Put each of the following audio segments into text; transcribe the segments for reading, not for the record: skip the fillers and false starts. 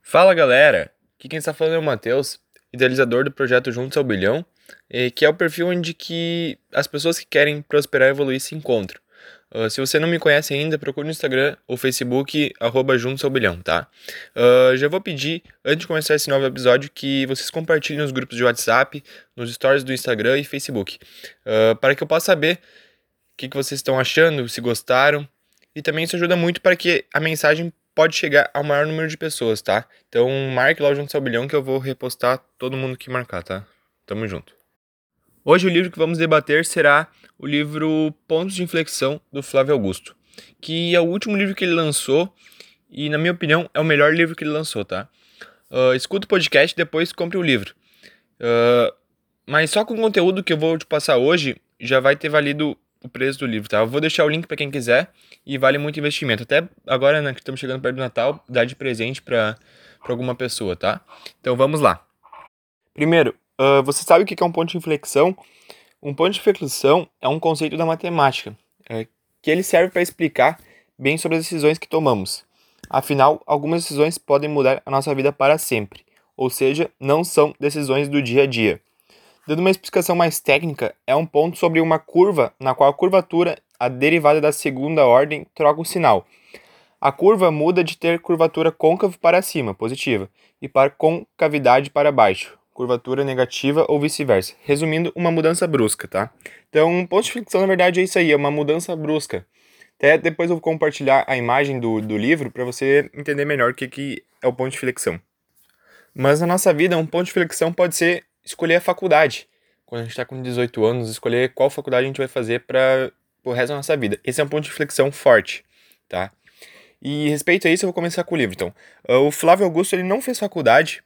Fala galera, aqui quem está falando é o Matheus, idealizador do projeto Juntos ao Bilhão, que é o perfil onde que as pessoas que querem prosperar e evoluir se encontram. Se você não me conhece ainda, procure no Instagram ou Facebook, @Juntos ao Bilhão, tá? Já vou pedir, antes de começar esse novo episódio, que vocês compartilhem nos grupos de WhatsApp, nos stories do Instagram e Facebook, para que eu possa saber o que vocês estão achando, se gostaram, e também isso ajuda muito para que a mensagem pode chegar ao maior número de pessoas, tá? Então marque lá o Juntos ao Bilhão que eu vou repostar todo mundo que marcar, tá? Tamo junto. Hoje o livro que vamos debater será o livro Pontos de Inflexão, do Flávio Augusto, que é o último livro que ele lançou e, na minha opinião, é o melhor livro que ele lançou, tá? Escuta o podcast e depois compre o livro. Mas só com o conteúdo que eu vou te passar hoje já vai ter valido o preço do livro, tá? Eu vou deixar o link para quem quiser e vale muito investimento. Até agora, né, que estamos chegando perto do Natal, dá de presente para alguma pessoa, tá? Então vamos lá. Primeiro, você sabe o que é um ponto de inflexão? Um ponto de inflexão é um conceito da matemática, que ele serve para explicar bem sobre as decisões que tomamos. Afinal, algumas decisões podem mudar a nossa vida para sempre, ou seja, não são decisões do dia a dia. Dando uma explicação mais técnica, é um ponto sobre uma curva na qual a curvatura, a derivada da segunda ordem, troca o sinal. A curva muda de ter curvatura côncava para cima, positiva, e para concavidade para baixo, curvatura negativa ou vice-versa. Resumindo, uma mudança brusca, tá? Então, um ponto de inflexão, na verdade, é isso aí, é uma mudança brusca. Até depois eu vou compartilhar a imagem do livro para você entender melhor o que é o ponto de inflexão. Mas na nossa vida, um ponto de inflexão pode ser escolher a faculdade. Quando a gente está com 18 anos, escolher qual faculdade a gente vai fazer para o resto da nossa vida. Esse é um ponto de inflexão forte, tá? E respeito a isso, eu vou começar com o livro. Então, o Flávio Augusto ele não fez faculdade,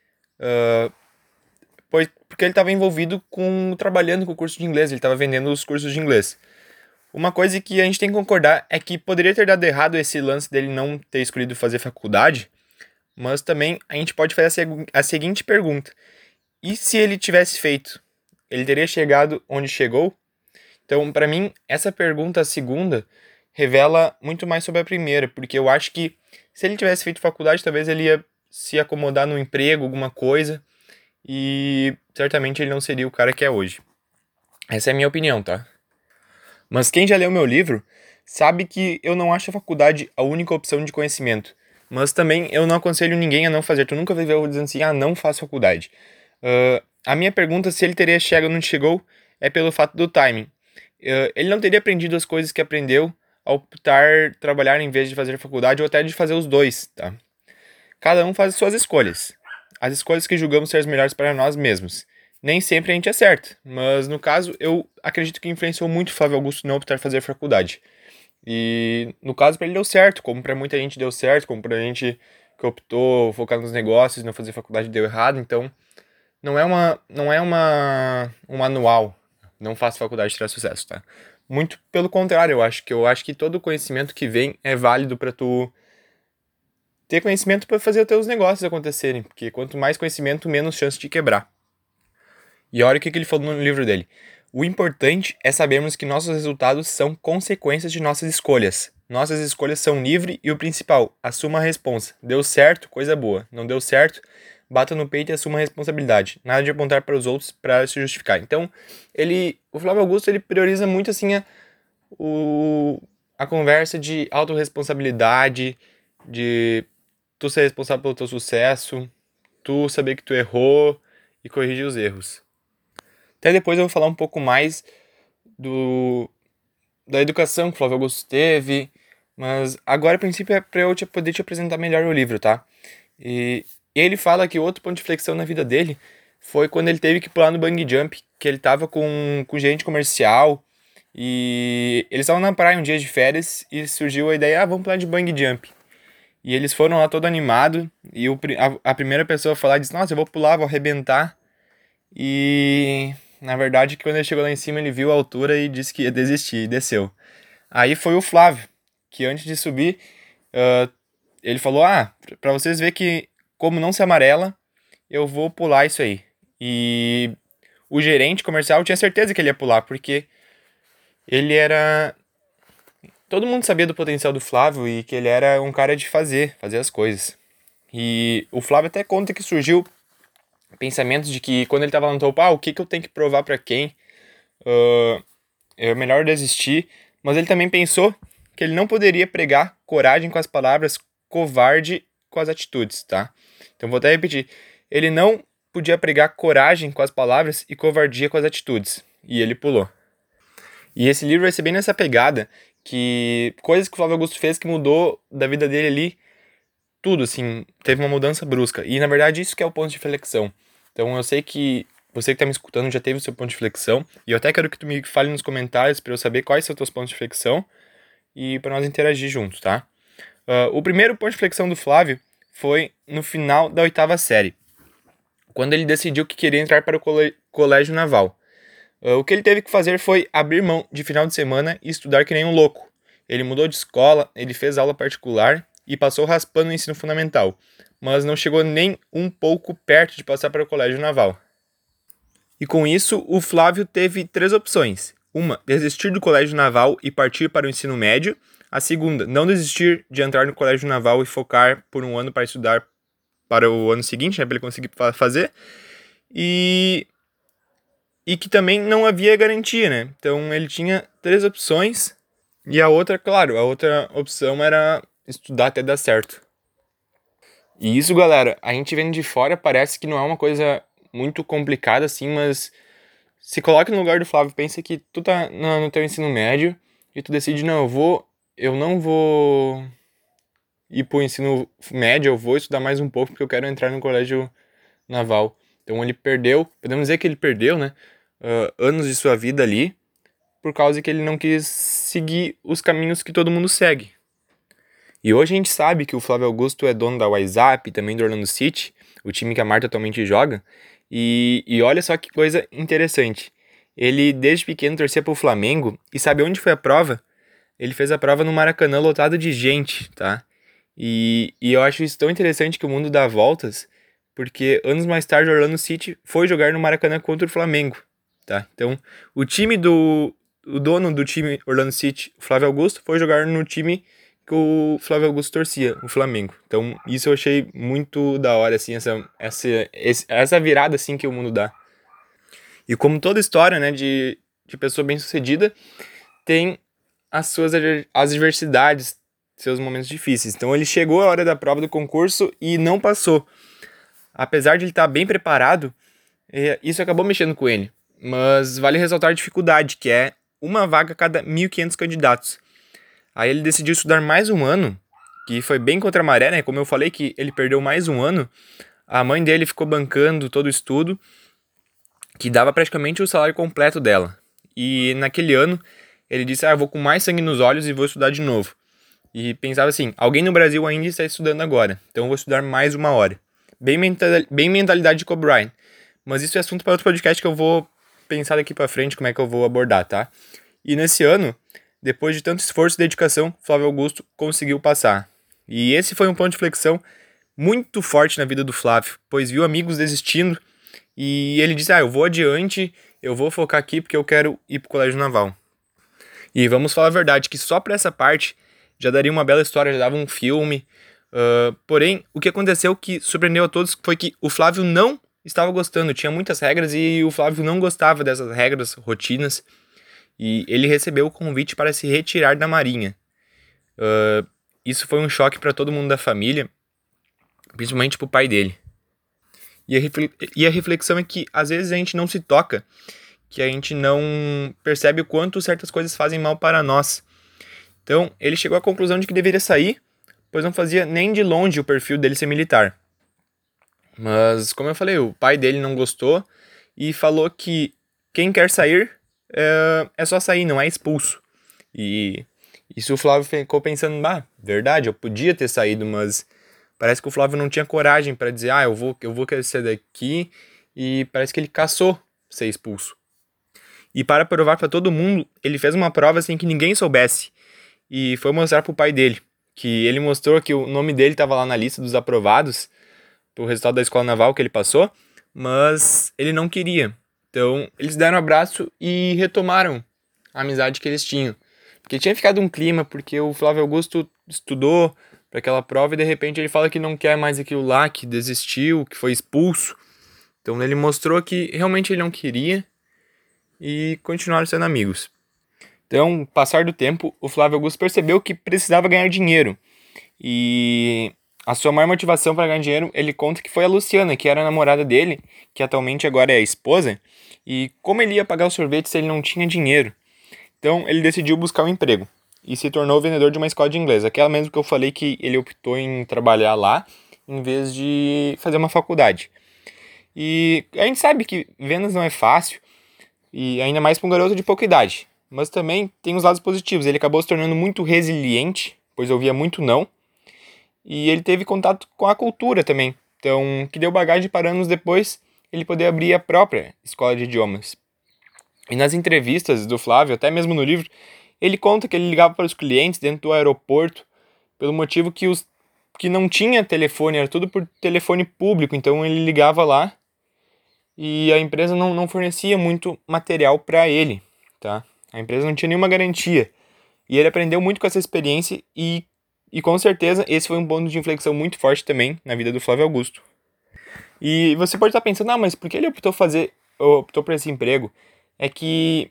porque ele estava envolvido trabalhando com o curso de inglês, ele estava vendendo os cursos de inglês. Uma coisa que a gente tem que concordar é que poderia ter dado errado esse lance dele não ter escolhido fazer faculdade, mas também a gente pode fazer a seguinte pergunta: e se ele tivesse feito? Ele teria chegado onde chegou? Então, para mim, essa pergunta, a segunda, revela muito mais sobre a primeira, porque eu acho que se ele tivesse feito faculdade, talvez ele ia se acomodar no emprego, alguma coisa, e certamente ele não seria o cara que é hoje. Essa é a minha opinião, tá? Mas quem já leu meu livro sabe que eu não acho a faculdade a única opção de conhecimento. Mas também eu não aconselho ninguém a não fazer. Tu nunca vai ver eu dizendo assim, não faço faculdade. A minha pergunta, se ele teria chegado onde chegou, é pelo fato do timing. Ele não teria aprendido as coisas que aprendeu ao optar trabalhar em vez de fazer faculdade ou até de fazer os dois, tá? Cada um faz as suas escolhas. As escolhas que julgamos ser as melhores para nós mesmos. Nem sempre a gente acerta, mas no caso eu acredito que influenciou muito o Flávio Augusto não optar fazer faculdade. E no caso para ele deu certo, como para muita gente deu certo, como pra gente que optou focar nos negócios e não fazer faculdade deu errado, então não é um manual. Não faça faculdade para sucesso, tá? Muito pelo contrário, eu acho que todo conhecimento que vem é válido para tu ter conhecimento para fazer os teus negócios acontecerem, porque quanto mais conhecimento, menos chance de quebrar. E olha o que ele falou no livro dele. O importante é sabermos que nossos resultados são consequências de nossas escolhas. Nossas escolhas são livres e o principal, assuma a responsa. Deu certo, coisa boa. Não deu certo, bata no peito e assuma a responsabilidade. Nada de apontar para os outros para se justificar. Então, o Flávio Augusto, ele prioriza muito assim a conversa de autorresponsabilidade, de tu ser responsável pelo teu sucesso, tu saber que tu errou e corrigir os erros. Até depois eu vou falar um pouco mais da educação que o Flávio Augusto teve, mas agora, a princípio, é para eu poder te apresentar melhor o livro, tá? E ele fala que outro ponto de flexão na vida dele foi quando ele teve que pular no bungee jump, que ele tava com gerente comercial e eles estavam na praia um dia de férias e surgiu a ideia, vamos pular de bungee jump. E eles foram lá todo animado e a primeira pessoa a falar disse, nossa, eu vou pular, vou arrebentar. E na verdade, quando ele chegou lá em cima, ele viu a altura e disse que ia desistir e desceu. Aí foi o Flávio, que antes de subir, ele falou, pra vocês verem que como não se amarela, eu vou pular isso aí. E o gerente comercial tinha certeza que ele ia pular, porque ele era... Todo mundo sabia do potencial do Flávio e que ele era um cara de fazer as coisas. E o Flávio até conta que surgiu pensamentos de que quando ele estava lá no topo, o que eu tenho que provar para quem? É melhor desistir. Mas ele também pensou que ele não poderia pregar coragem com as palavras, covarde com as atitudes, tá? Então vou até repetir. Ele não podia pregar coragem com as palavras e covardia com as atitudes. E ele pulou. E esse livro vai ser bem nessa pegada, que coisas que o Flávio Augusto fez que mudou da vida dele ali, tudo, assim, teve uma mudança brusca. E, na verdade, isso que é o ponto de flexão. Então, eu sei que você que tá me escutando já teve o seu ponto de flexão, e eu até quero que tu me fale nos comentários para eu saber quais são os teus pontos de flexão e para nós interagir juntos, tá? O primeiro ponto de flexão do Flávio foi no final da 8ª série, quando ele decidiu que queria entrar para o colégio naval. O que ele teve que fazer foi abrir mão de final de semana e estudar que nem um louco. Ele mudou de escola, ele fez aula particular e passou raspando o ensino fundamental, mas não chegou nem um pouco perto de passar para o colégio naval. E com isso, o Flávio teve 3 opções. Uma, desistir do colégio naval e partir para o ensino médio. A segunda, não desistir de entrar no colégio naval e focar por um ano para estudar para o ano seguinte, né, para ele conseguir fazer. E que também não havia garantia, né? Então ele tinha 3 opções e a outra, claro, a outra opção era estudar até dar certo. E isso, galera, a gente vendo de fora parece que não é uma coisa muito complicada assim, mas se coloca no lugar do Flávio, pensa que tu tá no teu ensino médio e tu decide, não, eu não vou ir pro ensino médio, eu vou estudar mais um pouco porque eu quero entrar no colégio naval. Então ele perdeu, podemos dizer que ele perdeu, né, anos de sua vida ali, por causa que ele não quis seguir os caminhos que todo mundo segue. E hoje a gente sabe que o Flávio Augusto é dono da WhatsApp, também do Orlando City, o time que a Marta atualmente joga. E olha só que coisa interessante. Ele, desde pequeno, torcia pro Flamengo. E sabe onde foi a prova? Ele fez a prova no Maracanã lotado de gente, tá? E eu acho isso tão interessante que o mundo dá voltas, porque anos mais tarde o Orlando City foi jogar no Maracanã contra o Flamengo, tá? Então, o dono do time Orlando City, o Flávio Augusto, foi jogar no time que o Flávio Augusto torcia, o Flamengo. Então, isso eu achei muito da hora, assim, essa virada, assim, que o mundo dá. E como toda história, né, de pessoa bem-sucedida, tem as adversidades, seus momentos difíceis. Então, ele chegou à hora da prova do concurso e não passou. Apesar de ele estar bem preparado, isso acabou mexendo com ele. Mas vale ressaltar a dificuldade, que é uma vaga a cada 1.500 candidatos. Aí ele decidiu estudar mais um ano, que foi bem contra a maré, né? Como eu falei que ele perdeu mais um ano, a mãe dele ficou bancando todo o estudo, que dava praticamente o salário completo dela. E naquele ano, ele disse, eu vou com mais sangue nos olhos e vou estudar de novo. E pensava assim, alguém no Brasil ainda está estudando agora, então eu vou estudar mais uma hora. Bem mentalidade de Kobe Bryant. Mas isso é assunto para outro podcast que eu vou pensar daqui para frente como é que eu vou abordar, tá? E nesse ano, depois de tanto esforço e dedicação, Flávio Augusto conseguiu passar. E esse foi um ponto de flexão muito forte na vida do Flávio, pois viu amigos desistindo e ele disse, eu vou adiante, eu vou focar aqui porque eu quero ir pro colégio naval. E vamos falar a verdade, que só pra essa parte já daria uma bela história, já dava um filme. Porém, o que aconteceu que surpreendeu a todos foi que o Flávio não estava gostando, tinha muitas regras e o Flávio não gostava dessas regras, rotinas. E ele recebeu o convite para se retirar da Marinha. Isso foi um choque para todo mundo da família, principalmente para o pai dele. E a reflexão é que às vezes a gente não se toca, que a gente não percebe o quanto certas coisas fazem mal para nós. Então ele chegou à conclusão de que deveria sair, pois não fazia nem de longe o perfil dele ser militar. Mas, como eu falei, o pai dele não gostou e falou que quem quer sair é só sair, não é expulso. E isso o Flávio ficou pensando, verdade, eu podia ter saído, mas parece que o Flávio não tinha coragem para dizer, eu vou querer sair daqui, e parece que ele caçou ser expulso. E para provar para todo mundo, ele fez uma prova sem que ninguém soubesse, e foi mostrar pro pai dele, que ele mostrou que o nome dele estava lá na lista dos aprovados, pro resultado da escola naval que ele passou, mas ele não queria. Então, eles deram um abraço e retomaram a amizade que eles tinham. Porque tinha ficado um clima, porque o Flávio Augusto estudou para aquela prova e de repente ele fala que não quer mais aquilo lá, que desistiu, que foi expulso. Então ele mostrou que realmente ele não queria e continuaram sendo amigos. Então, passar do tempo, o Flávio Augusto percebeu que precisava ganhar dinheiro. E a sua maior motivação para ganhar dinheiro, ele conta que foi a Luciana, que era a namorada dele, que atualmente agora é a esposa. E como ele ia pagar o sorvete se ele não tinha dinheiro? Então, ele decidiu buscar um emprego e se tornou vendedor de uma escola de inglês. Aquela mesmo que eu falei que ele optou em trabalhar lá, em vez de fazer uma faculdade. E a gente sabe que vendas não é fácil, e ainda mais para um garoto de pouca idade. Mas também tem os lados positivos. Ele acabou se tornando muito resiliente, pois ouvia muito não. E ele teve contato com a cultura também. Então, que deu bagagem para anos depois ele poder abrir a própria escola de idiomas. E nas entrevistas do Flávio, até mesmo no livro, ele conta que ele ligava para os clientes dentro do aeroporto pelo motivo que não tinha telefone, era tudo por telefone público. Então ele ligava lá e a empresa não fornecia muito material para ele, tá? A empresa não tinha nenhuma garantia. E ele aprendeu muito com essa experiência e com certeza esse foi um ponto de inflexão muito forte também na vida do Flávio Augusto. E você pode estar pensando, mas por que ele optou por esse emprego? É que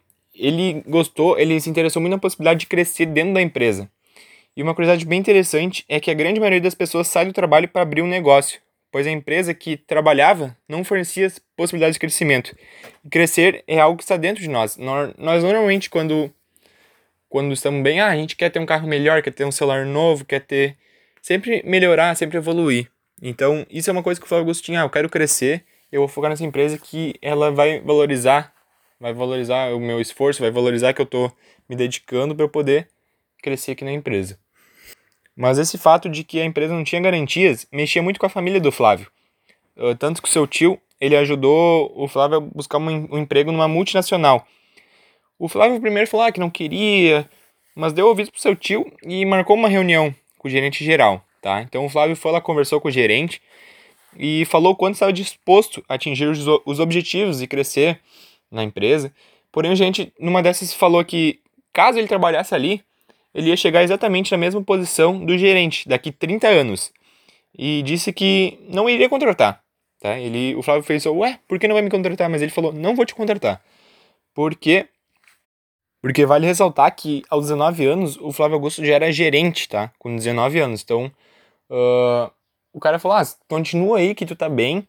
ele se interessou muito na possibilidade de crescer dentro da empresa. E uma curiosidade bem interessante é que a grande maioria das pessoas sai do trabalho para abrir um negócio, pois a empresa que trabalhava não fornecia possibilidades de crescimento. E crescer é algo que está dentro de nós. Nós normalmente, quando estamos bem, a gente quer ter um carro melhor, quer ter um celular novo, quer ter... Sempre melhorar, sempre evoluir. Então, isso é uma coisa que o Flávio Augusto tinha. Eu quero crescer, eu vou focar nessa empresa que ela vai valorizar o meu esforço, vai valorizar que eu estou me dedicando para eu poder crescer aqui na empresa. Mas esse fato de que a empresa não tinha garantias mexia muito com a família do Flávio. Tanto que o seu tio, ele ajudou o Flávio a buscar um emprego numa multinacional. O Flávio primeiro falou que não queria, mas deu ouvido pro seu tio e marcou uma reunião com o gerente geral, tá? Então o Flávio foi lá, conversou com o gerente e falou quanto estava disposto a atingir os objetivos e crescer na empresa. Porém, o gerente, numa dessas, falou que caso ele trabalhasse ali, ele ia chegar exatamente na mesma posição do gerente daqui 30 anos. E disse que não iria contratar, tá? O Flávio fez, por que não vai me contratar? Mas ele falou, não vou te contratar. Porque vale ressaltar que aos 19 anos o Flávio Augusto já era gerente, tá? Com 19 anos. Então, o cara falou, continua aí que tu tá bem.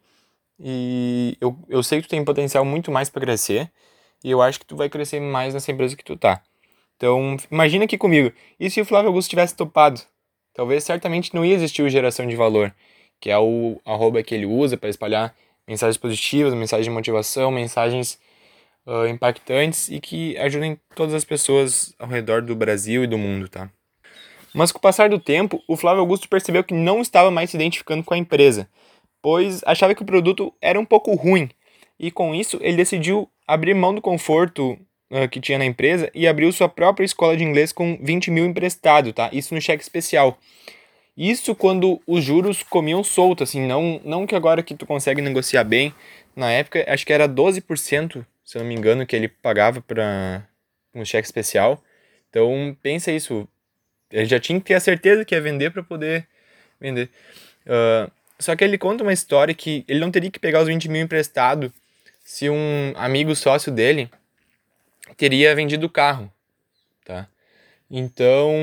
E eu sei que tu tem potencial muito mais para crescer. E eu acho que tu vai crescer mais nessa empresa que tu tá. Então, imagina aqui comigo. E se o Flávio Augusto tivesse topado? Talvez certamente não ia existir o Geração de Valor, que é o arroba que ele usa para espalhar mensagens positivas, mensagens de motivação, mensagens impactantes e que ajudem todas as pessoas ao redor do Brasil e do mundo, tá? Mas com o passar do tempo, o Flávio Augusto percebeu que não estava mais se identificando com a empresa, pois achava que o produto era um pouco ruim, e com isso ele decidiu abrir mão do conforto que tinha na empresa e abriu sua própria escola de inglês com 20 mil emprestado, tá? Isso no cheque especial. Isso quando os juros comiam solto, assim, não que agora que tu consegue negociar bem. Na época, acho que era 12%, se eu não me engano, que ele pagava para um cheque especial. Então, pensa isso. Ele já tinha que ter a certeza que ia vender para poder vender. Só que ele conta uma história que ele não teria que pegar os 20 mil emprestado se um amigo sócio dele teria vendido o carro, tá? Então,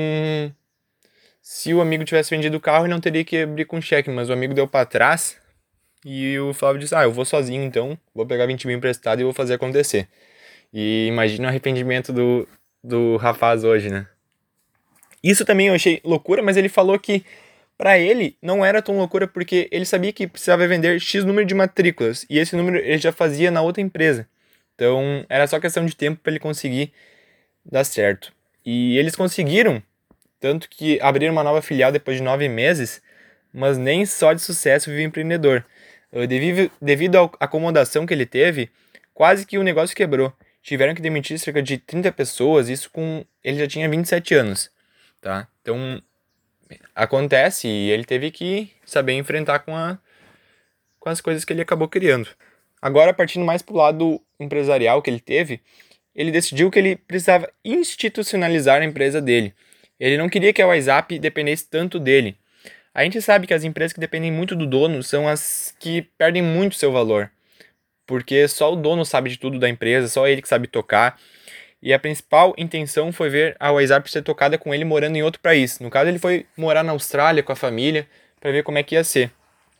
se o amigo tivesse vendido o carro, ele não teria que abrir com cheque, mas o amigo deu para trás e o Flávio disse, eu vou sozinho então, vou pegar 20 mil emprestado e vou fazer acontecer. E imagina o arrependimento do rapaz hoje, né? Isso também eu achei loucura, mas ele falou que para ele não era tão loucura porque ele sabia que precisava vender X número de matrículas e esse número ele já fazia na outra empresa. Então era só questão de tempo para ele conseguir dar certo. E eles conseguiram, tanto que abriram uma nova filial depois de 9 meses, mas nem só de sucesso vive o empreendedor. Devido à acomodação que ele teve, quase que o negócio quebrou. Tiveram que demitir cerca de 30 pessoas, isso com... ele já tinha 27 anos, tá? Então, acontece e ele teve que saber enfrentar com as coisas que ele acabou criando. Agora, partindo mais pro lado empresarial que ele teve, ele decidiu que ele precisava institucionalizar a empresa dele. Ele não queria que a WhatsApp dependesse tanto dele. A gente sabe que as empresas que dependem muito do dono são as que perdem muito seu valor, porque só o dono sabe de tudo da empresa, só ele que sabe tocar. E a principal intenção foi ver a WhatsApp ser tocada com ele morando em outro país. No caso, ele foi morar na Austrália com a família para ver como é que ia ser.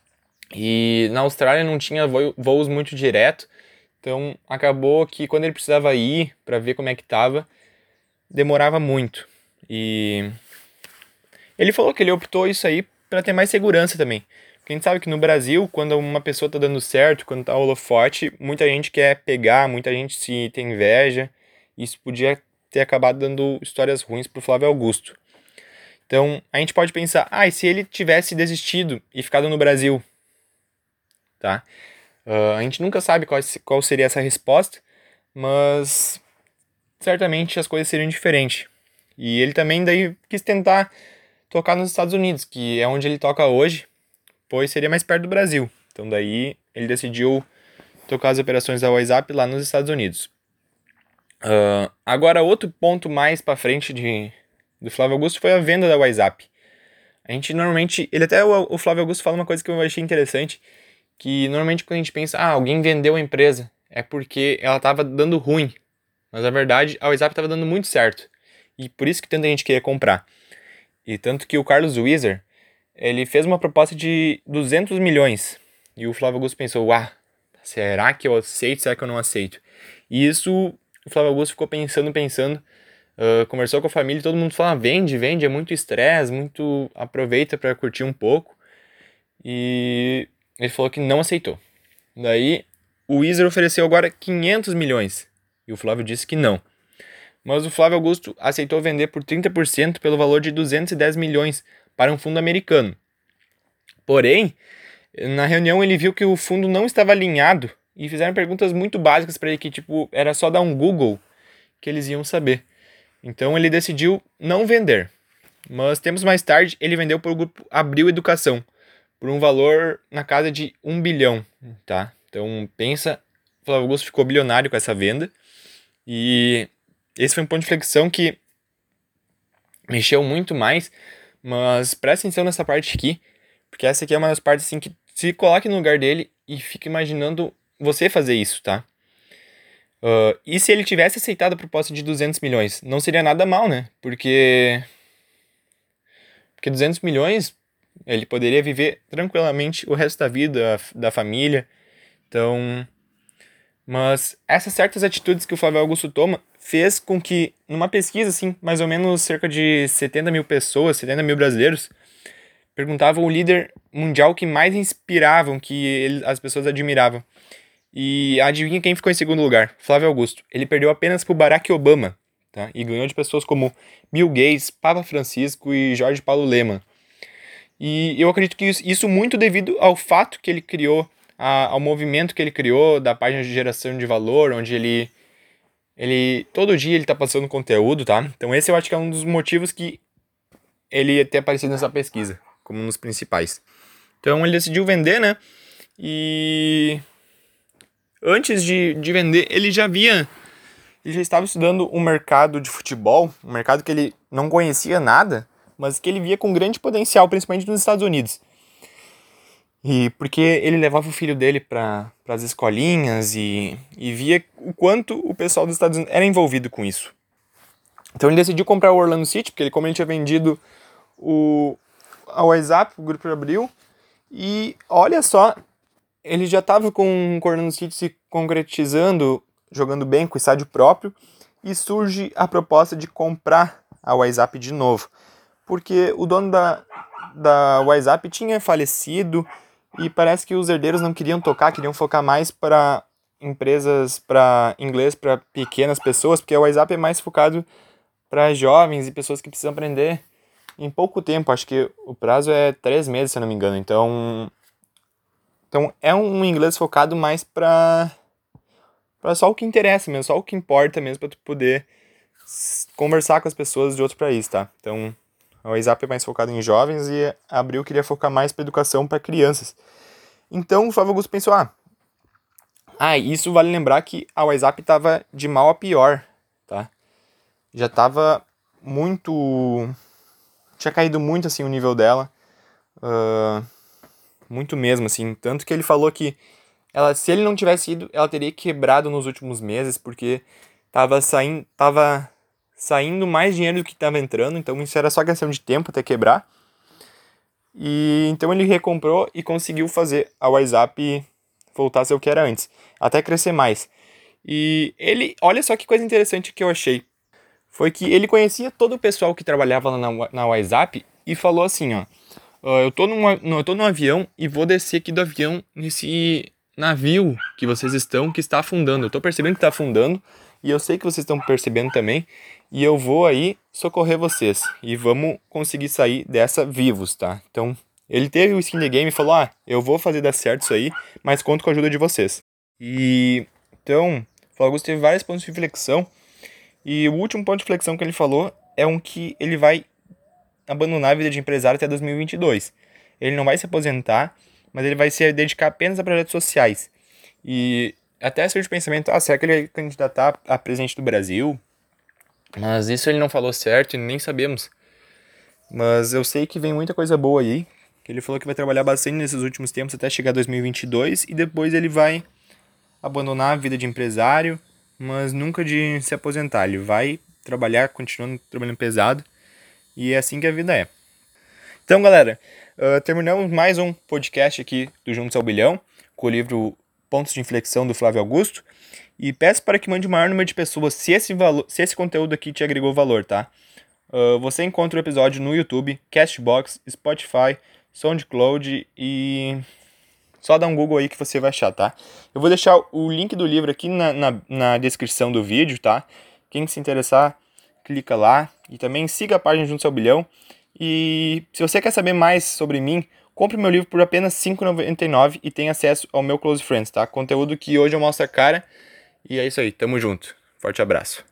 E na Austrália não tinha voos muito direto, então acabou que quando ele precisava ir para ver como é que tava, demorava muito. E ele falou que ele optou isso aí para ter mais segurança também. Porque a gente sabe que no Brasil, quando uma pessoa tá dando certo, quando tá holofote, muita gente quer pegar, muita gente se tem inveja. Isso podia ter acabado dando histórias ruins pro Flávio Augusto. Então, a gente pode pensar, e se ele tivesse desistido e ficado no Brasil, tá? A gente nunca sabe qual seria essa resposta, mas certamente as coisas seriam diferentes. E ele também daí quis tentar tocar nos Estados Unidos, que é onde ele toca hoje, pois seria mais perto do Brasil. Então daí ele decidiu tocar as operações da WhatsApp lá nos Estados Unidos. Agora, outro ponto mais pra frente do Flávio Augusto foi a venda da WhatsApp. A gente normalmente, o Flávio Augusto fala uma coisa que eu achei interessante, que normalmente quando a gente pensa, alguém vendeu a empresa, é porque ela estava dando ruim. Mas na verdade, a WhatsApp estava dando muito certo. E por isso que tanta gente queria comprar. E tanto que o Carlos Wieser, ele fez uma proposta de 200 milhões. E o Flávio Augusto pensou, será que eu aceito, será que eu não aceito? E isso, o Flávio Augusto ficou pensando, conversou com a família e todo mundo falou, vende, é muito estresse, muito aproveita para curtir um pouco. E ele falou que não aceitou. Daí o Wieser ofereceu agora 500 milhões e o Flávio disse que não. Mas o Flávio Augusto aceitou vender por 30% pelo valor de 210 milhões para um fundo americano. Porém, na reunião ele viu que o fundo não estava alinhado e fizeram perguntas muito básicas para ele que era só dar um Google que eles iam saber. Então ele decidiu não vender. Mas tempos mais tarde ele vendeu para o grupo Abril Educação por um valor na casa de 1 bilhão, tá? Então pensa, o Flávio Augusto ficou bilionário com essa venda e esse foi um ponto de flexão que mexeu muito mais, mas presta atenção nessa parte aqui, porque essa aqui é uma das partes assim que se coloque no lugar dele e fica imaginando você fazer isso, tá? E se ele tivesse aceitado a proposta de 200 milhões? Não seria nada mal, né? Porque 200 milhões, ele poderia viver tranquilamente o resto da vida, da família. Então, mas essas certas atitudes que o Flávio Augusto toma fez com que, numa pesquisa, assim, mais ou menos cerca de 70 mil pessoas, 70 mil brasileiros, perguntavam o líder mundial que mais inspiravam, que as pessoas admiravam. E adivinha quem ficou em segundo lugar? Flávio Augusto. Ele perdeu apenas para o Barack Obama, tá? E ganhou de pessoas como Bill Gates, Papa Francisco e Jorge Paulo Lemann. E eu acredito que isso muito devido ao fato que ele criou, ao movimento que ele criou da página de geração de valor, onde ele todo dia ele tá passando conteúdo, tá? Então esse eu acho que é um dos motivos que ele ia ter aparecido nessa pesquisa, como um dos principais. Então ele decidiu vender, né? E antes de vender, ele já estava estudando um mercado de futebol, um mercado que ele não conhecia nada, mas que ele via com grande potencial, principalmente nos Estados Unidos. E porque ele levava o filho dele para as escolinhas e via o quanto o pessoal dos Estados Unidos era envolvido com isso. Então ele decidiu comprar o Orlando City, porque como ele tinha vendido a WhatsApp, o Grupo Abril, e olha só, ele já estava com o Orlando City se concretizando, jogando bem com o estádio próprio, e surge a proposta de comprar a WhatsApp de novo. Porque o dono da WhatsApp tinha falecido e parece que os herdeiros não queriam tocar, queriam focar mais para empresas, para inglês, para pequenas pessoas, porque a WhatsApp é mais focado para jovens e pessoas que precisam aprender em pouco tempo. Acho que o prazo é 3 meses, se eu não me engano. Então é um inglês focado mais para só o que interessa mesmo, só o que importa mesmo, para tu poder conversar com as pessoas de outro país, tá? Então a WhatsApp é mais focado em jovens e a Abril queria focar mais para educação para crianças. Então o Flávio Augusto pensou, isso vale lembrar que a WhatsApp estava de mal a pior, tá? Já estava muito... tinha caído muito assim o nível dela. Muito mesmo, assim. Tanto que ele falou que se ele não tivesse ido, ela teria quebrado nos últimos meses, porque tava saindo mais dinheiro do que estava entrando, então isso era só questão de tempo até quebrar. E então ele recomprou e conseguiu fazer a WhatsApp voltar a ser o que era antes, até crescer mais. E olha só que coisa interessante que eu achei. Foi que ele conhecia todo o pessoal que trabalhava lá na WhatsApp e falou assim, ó. Eu tô num avião e vou descer aqui do avião nesse navio que vocês estão, que está afundando. Eu tô percebendo que está afundando e eu sei que vocês estão percebendo também. E eu vou aí socorrer vocês. E vamos conseguir sair dessa vivos, tá? Então, ele teve o skin the game e falou: Ah, eu vou fazer dar certo isso aí, mas conto com a ajuda de vocês. E então, o Flávio Augusto teve vários pontos de reflexão. E o último ponto de reflexão que ele falou é um que ele vai abandonar a vida de empresário até 2022. Ele não vai se aposentar, mas ele vai se dedicar apenas a projetos sociais. E até surge o pensamento, será que ele vai candidatar a presidente do Brasil? Mas isso ele não falou certo e nem sabemos. Mas eu sei que vem muita coisa boa aí. Que ele falou que vai trabalhar bastante nesses últimos tempos até chegar a 2022 e depois ele vai abandonar a vida de empresário, mas nunca de se aposentar. Ele vai trabalhar, continuando trabalhando pesado, e é assim que a vida é. Então, galera, terminamos mais um podcast aqui do Juntos ao Bilhão, com o livro Pontos de Inflexão do Flávio Augusto. E peço para que mande o maior número de pessoas se esse conteúdo aqui te agregou valor, tá? Você encontra o episódio no YouTube, Castbox, Spotify, SoundCloud e só dá um Google aí que você vai achar, tá? Eu vou deixar o link do livro aqui na descrição do vídeo, tá? Quem se interessar, clica lá. E também siga a página Juntos ao Bilhão. E se você quer saber mais sobre mim, compre meu livro por apenas R$ 5,99 e tenha acesso ao meu Close Friends, tá? Conteúdo que hoje eu mostro a cara. E é isso aí, tamo junto. Forte abraço.